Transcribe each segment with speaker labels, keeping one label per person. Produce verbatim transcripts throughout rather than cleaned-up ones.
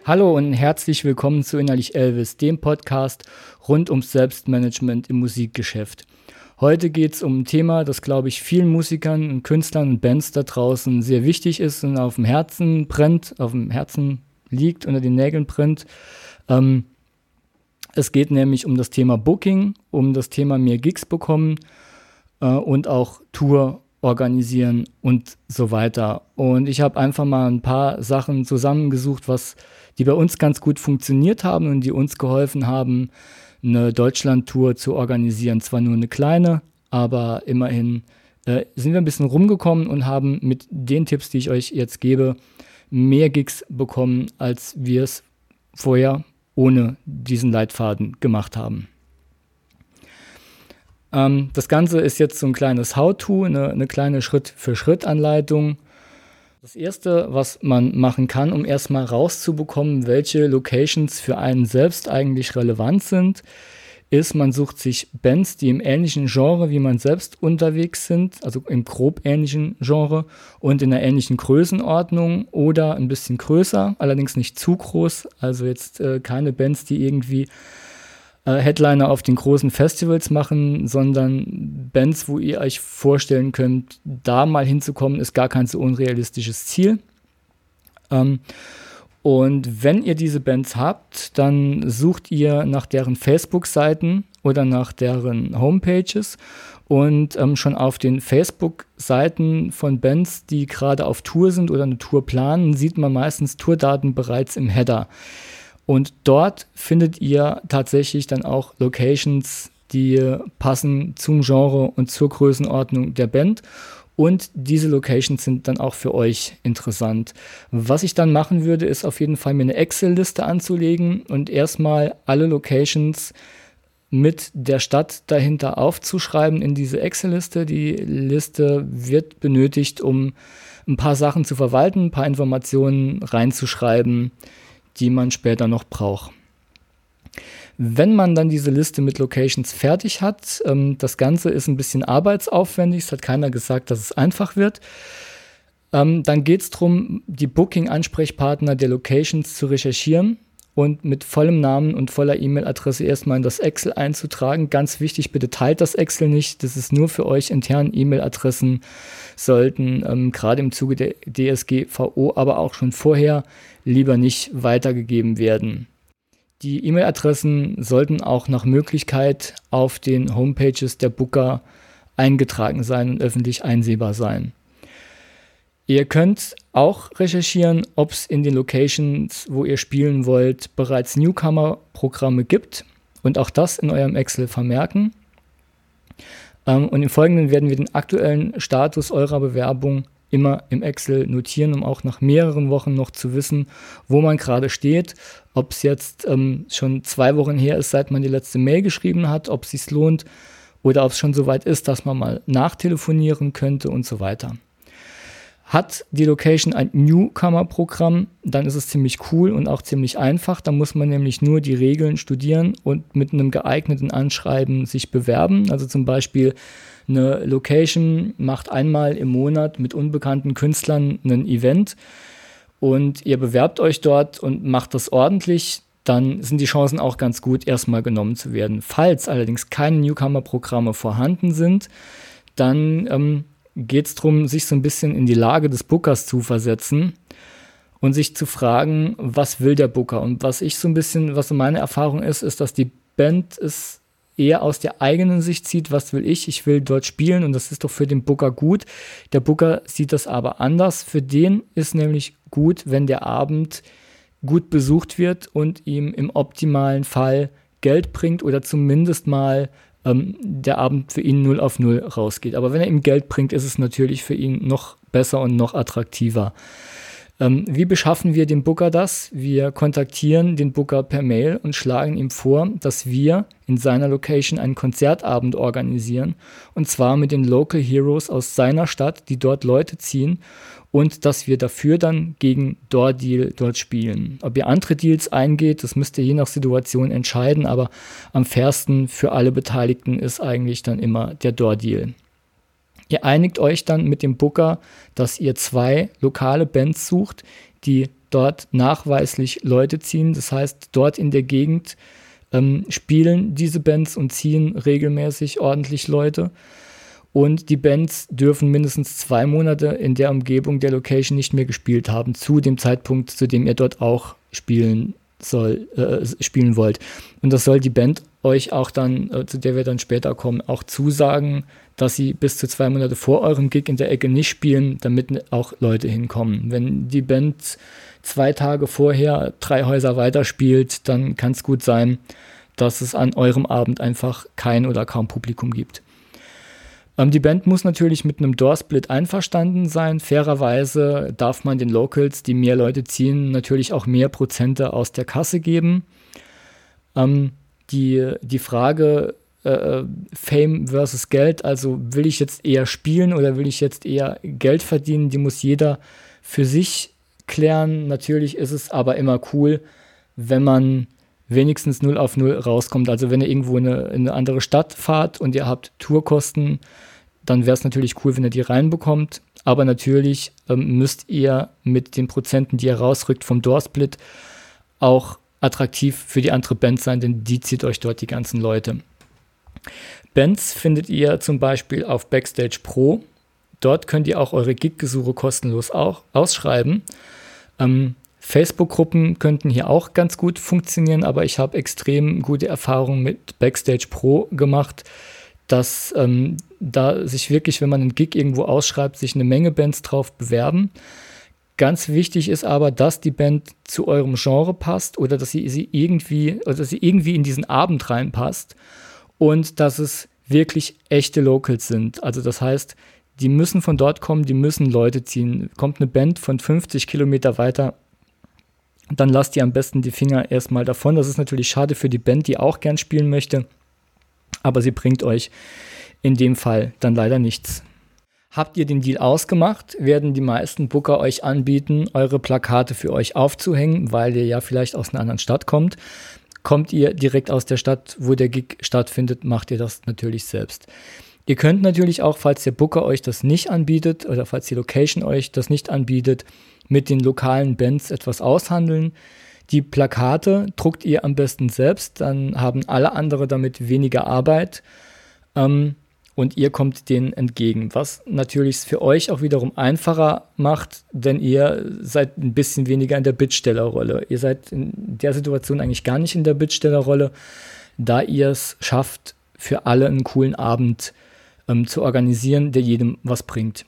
Speaker 1: Hallo und herzlich willkommen zu Innerlich Elvis, dem Podcast rund ums Selbstmanagement im Musikgeschäft. Heute geht es um ein Thema, das, glaube ich, vielen Musikern und Künstlern und Bands da draußen sehr wichtig ist und auf dem Herzen brennt, auf dem Herzen liegt, unter den Nägeln brennt. Ähm, es geht nämlich um das Thema Booking, um das Thema mehr Gigs bekommen äh, und auch Tour organisieren und so weiter. Und ich habe einfach mal ein paar Sachen zusammengesucht, was die bei uns ganz gut funktioniert haben und die uns geholfen haben, eine Deutschland-Tour zu organisieren. Zwar nur eine kleine, aber immerhin äh, sind wir ein bisschen rumgekommen und haben mit den Tipps, die ich euch jetzt gebe, mehr Gigs bekommen, als wir es vorher ohne diesen Leitfaden gemacht haben. Ähm, das Ganze ist jetzt so ein kleines How-To, eine, eine kleine Schritt-für-Schritt-Anleitung. Das Erste, was man machen kann, um erstmal rauszubekommen, welche Locations für einen selbst eigentlich relevant sind, ist, man sucht sich Bands, die im ähnlichen Genre wie man selbst unterwegs sind, also im grob ähnlichen Genre und in einer ähnlichen Größenordnung oder ein bisschen größer, allerdings nicht zu groß, also jetzt äh, keine Bands, die irgendwie Headliner auf den großen Festivals machen, sondern Bands, wo ihr euch vorstellen könnt, da mal hinzukommen, ist gar kein so unrealistisches Ziel. Ähm, und wenn ihr diese Bands habt, dann sucht ihr nach deren Facebook-Seiten oder nach deren Homepages und ähm, schon auf den Facebook-Seiten von Bands, die gerade auf Tour sind oder eine Tour planen, sieht man meistens Tourdaten bereits im Header. Und dort findet ihr tatsächlich dann auch Locations, die passen zum Genre und zur Größenordnung der Band. Und diese Locations sind dann auch für euch interessant. Was ich dann machen würde, ist auf jeden Fall mir eine Excel-Liste anzulegen und erstmal alle Locations mit der Stadt dahinter aufzuschreiben in diese Excel-Liste. Die Liste wird benötigt, um ein paar Sachen zu verwalten, ein paar Informationen reinzuschreiben, die man später noch braucht. Wenn man dann diese Liste mit Locations fertig hat, ähm, das Ganze ist ein bisschen arbeitsaufwendig, es hat keiner gesagt, dass es einfach wird, ähm, dann geht es darum, die Booking-Ansprechpartner der Locations zu recherchieren und mit vollem Namen und voller E-Mail-Adresse erstmal in das Excel einzutragen. Ganz wichtig, bitte teilt das Excel nicht, das ist nur für euch intern. E-Mail-Adressen sollten ähm, gerade im Zuge der D S G V O, aber auch schon vorher, lieber nicht weitergegeben werden. Die E-Mail-Adressen sollten auch nach Möglichkeit auf den Homepages der Booker eingetragen sein und öffentlich einsehbar sein. Ihr könnt auch recherchieren, ob es in den Locations, wo ihr spielen wollt, bereits Newcomer-Programme gibt und auch das in eurem Excel vermerken. Ähm, und im Folgenden werden wir den aktuellen Status eurer Bewerbung immer im Excel notieren, um auch nach mehreren Wochen noch zu wissen, wo man gerade steht, ob es jetzt ähm, schon zwei Wochen her ist, seit man die letzte Mail geschrieben hat, ob es sich lohnt oder ob es schon so weit ist, dass man mal nachtelefonieren könnte und so weiter. Hat die Location ein Newcomer-Programm, dann ist es ziemlich cool und auch ziemlich einfach. Da muss man nämlich nur die Regeln studieren und mit einem geeigneten Anschreiben sich bewerben. Also zum Beispiel eine Location macht einmal im Monat mit unbekannten Künstlern ein Event und ihr bewerbt euch dort und macht das ordentlich, dann sind die Chancen auch ganz gut, erstmal genommen zu werden. Falls allerdings keine Newcomer-Programme vorhanden sind, dann ähm, geht es darum, sich so ein bisschen in die Lage des Bookers zu versetzen und sich zu fragen, was will der Booker? Und was ich so ein bisschen, was so meine Erfahrung ist, ist, dass die Band es eher aus der eigenen Sicht sieht, was will ich? Ich will dort spielen und das ist doch für den Booker gut. Der Booker sieht das aber anders. Für den ist nämlich gut, wenn der Abend gut besucht wird und ihm im optimalen Fall Geld bringt oder zumindest mal ähm, der Abend für ihn null auf null rausgeht. Aber wenn er ihm Geld bringt, ist es natürlich für ihn noch besser und noch attraktiver. Ähm, wie beschaffen wir dem Booker das? Wir kontaktieren den Booker per Mail und schlagen ihm vor, dass wir in seiner Location einen Konzertabend organisieren und zwar mit den Local Heroes aus seiner Stadt, die dort Leute ziehen und dass wir dafür dann gegen Door-Deal dort spielen. Ob ihr andere Deals eingeht, das müsst ihr je nach Situation entscheiden, aber am fairsten für alle Beteiligten ist eigentlich dann immer der Door-Deal. Ihr einigt euch dann mit dem Booker, dass ihr zwei lokale Bands sucht, die dort nachweislich Leute ziehen. Das heißt, dort in der Gegend ähm, spielen diese Bands und ziehen regelmäßig ordentlich Leute. Und die Bands dürfen mindestens zwei Monate in der Umgebung der Location nicht mehr gespielt haben, zu dem Zeitpunkt, zu dem ihr dort auch spielen soll, äh, spielen wollt. Und das soll die Band euch auch dann, äh, zu der wir dann später kommen, auch zusagen, dass sie bis zu zwei Monate vor eurem Gig in der Ecke nicht spielen, damit auch Leute hinkommen. Wenn die Band zwei Tage vorher drei Häuser weiterspielt, dann kann es gut sein, dass es an eurem Abend einfach kein oder kaum Publikum gibt. Ähm, die Band muss natürlich mit einem Doorsplit einverstanden sein. Fairerweise darf man den Locals, die mehr Leute ziehen, natürlich auch mehr Prozente aus der Kasse geben. Ähm, die, die Frage äh, Fame versus Geld, also will ich jetzt eher spielen oder will ich jetzt eher Geld verdienen, die muss jeder für sich klären. Natürlich ist es aber immer cool, wenn man wenigstens null auf null rauskommt. Also wenn ihr irgendwo in eine, in eine andere Stadt fahrt und ihr habt Tourkosten, dann wäre es natürlich cool, wenn ihr die reinbekommt. Aber natürlich ähm, müsst ihr mit den Prozenten, die ihr rausrückt vom Doorsplit, auch attraktiv für die andere Band sein, denn die zieht euch dort die ganzen Leute. Bands findet ihr zum Beispiel auf Backstage Pro. Dort könnt ihr auch eure Gig-Gesuche kostenlos auch ausschreiben. Ähm, Facebook-Gruppen könnten hier auch ganz gut funktionieren, aber ich habe extrem gute Erfahrungen mit Backstage Pro gemacht, dass ähm, da sich wirklich, wenn man einen Gig irgendwo ausschreibt, sich eine Menge Bands drauf bewerben. Ganz wichtig ist aber, dass die Band zu eurem Genre passt oder dass sie, sie irgendwie, oder dass sie irgendwie in diesen Abend reinpasst und dass es wirklich echte Locals sind. Also das heißt, die müssen von dort kommen, die müssen Leute ziehen. Kommt eine Band von fünfzig Kilometer weiter, dann lasst ihr am besten die Finger erstmal davon. Das ist natürlich schade für die Band, die auch gern spielen möchte, aber sie bringt euch in dem Fall dann leider nichts. Habt ihr den Deal ausgemacht, werden die meisten Booker euch anbieten, eure Plakate für euch aufzuhängen, weil ihr ja vielleicht aus einer anderen Stadt kommt. Kommt ihr direkt aus der Stadt, wo der Gig stattfindet, macht ihr das natürlich selbst. Ihr könnt natürlich auch, falls der Booker euch das nicht anbietet oder falls die Location euch das nicht anbietet, mit den lokalen Bands etwas aushandeln. Die Plakate druckt ihr am besten selbst, dann haben alle andere damit weniger Arbeit ähm, und ihr kommt denen entgegen, was natürlich für euch auch wiederum einfacher macht, denn ihr seid ein bisschen weniger in der Bittstellerrolle. Ihr seid in der Situation eigentlich gar nicht in der Bittstellerrolle, da ihr es schafft, für alle einen coolen Abend ähm, zu organisieren, der jedem was bringt.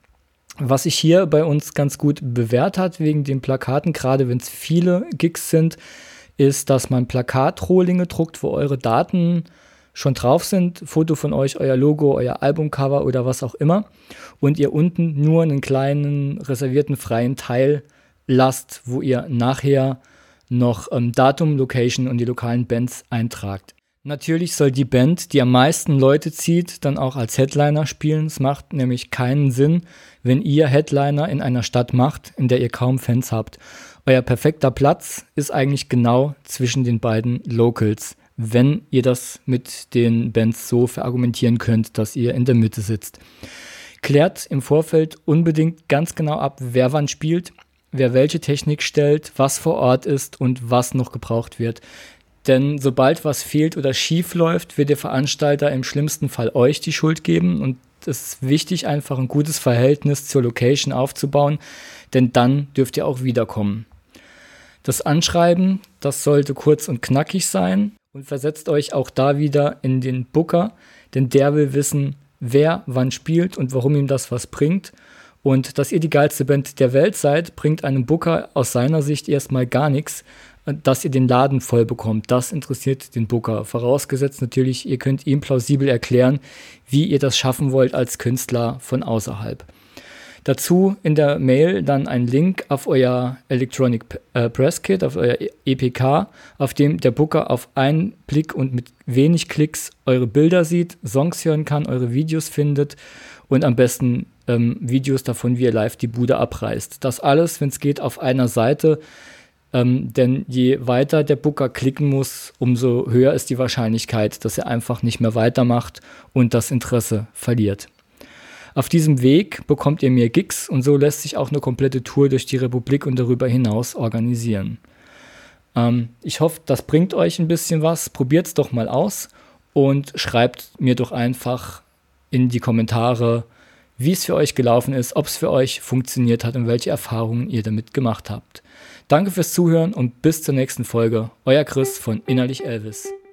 Speaker 1: Was sich hier bei uns ganz gut bewährt hat wegen den Plakaten, gerade wenn es viele Gigs sind, ist, dass man Plakatrohlinge druckt, wo eure Daten schon drauf sind, Foto von euch, euer Logo, euer Albumcover oder was auch immer, und ihr unten nur einen kleinen reservierten freien Teil lasst, wo ihr nachher noch ähm, Datum, Location und die lokalen Bands eintragt. Natürlich soll die Band, die am meisten Leute zieht, dann auch als Headliner spielen. Es macht nämlich keinen Sinn, wenn ihr Headliner in einer Stadt macht, in der ihr kaum Fans habt. Euer perfekter Platz ist eigentlich genau zwischen den beiden Locals, wenn ihr das mit den Bands so verargumentieren könnt, dass ihr in der Mitte sitzt. Klärt im Vorfeld unbedingt ganz genau ab, wer wann spielt, wer welche Technik stellt, was vor Ort ist und was noch gebraucht wird. Denn sobald was fehlt oder schief läuft, wird der Veranstalter im schlimmsten Fall euch die Schuld geben. Und es ist wichtig, einfach ein gutes Verhältnis zur Location aufzubauen, denn dann dürft ihr auch wiederkommen. Das Anschreiben, das sollte kurz und knackig sein und versetzt euch auch da wieder in den Booker, denn der will wissen, wer wann spielt und warum ihm das was bringt. Und dass ihr die geilste Band der Welt seid, bringt einem Booker aus seiner Sicht erstmal gar nichts. Dass ihr den Laden voll bekommt, das interessiert den Booker. Vorausgesetzt natürlich, ihr könnt ihm plausibel erklären, wie ihr das schaffen wollt als Künstler von außerhalb. Dazu in der Mail dann ein Link auf euer Electronic äh, Press Kit, auf euer E P K, auf dem der Booker auf einen Blick und mit wenig Klicks eure Bilder sieht, Songs hören kann, eure Videos findet und am besten ähm, Videos davon, wie ihr live die Bude abreißt. Das alles, wenn es geht, auf einer Seite. Ähm, denn je weiter der Booker klicken muss, umso höher ist die Wahrscheinlichkeit, dass er einfach nicht mehr weitermacht und das Interesse verliert. Auf diesem Weg bekommt ihr mehr Gigs und so lässt sich auch eine komplette Tour durch die Republik und darüber hinaus organisieren. Ähm, ich hoffe, das bringt euch ein bisschen was. Probiert es doch mal aus und schreibt mir doch einfach in die Kommentare, wie es für euch gelaufen ist, ob es für euch funktioniert hat und welche Erfahrungen ihr damit gemacht habt. Danke fürs Zuhören und bis zur nächsten Folge. Euer Chris von Innerlich Elvis.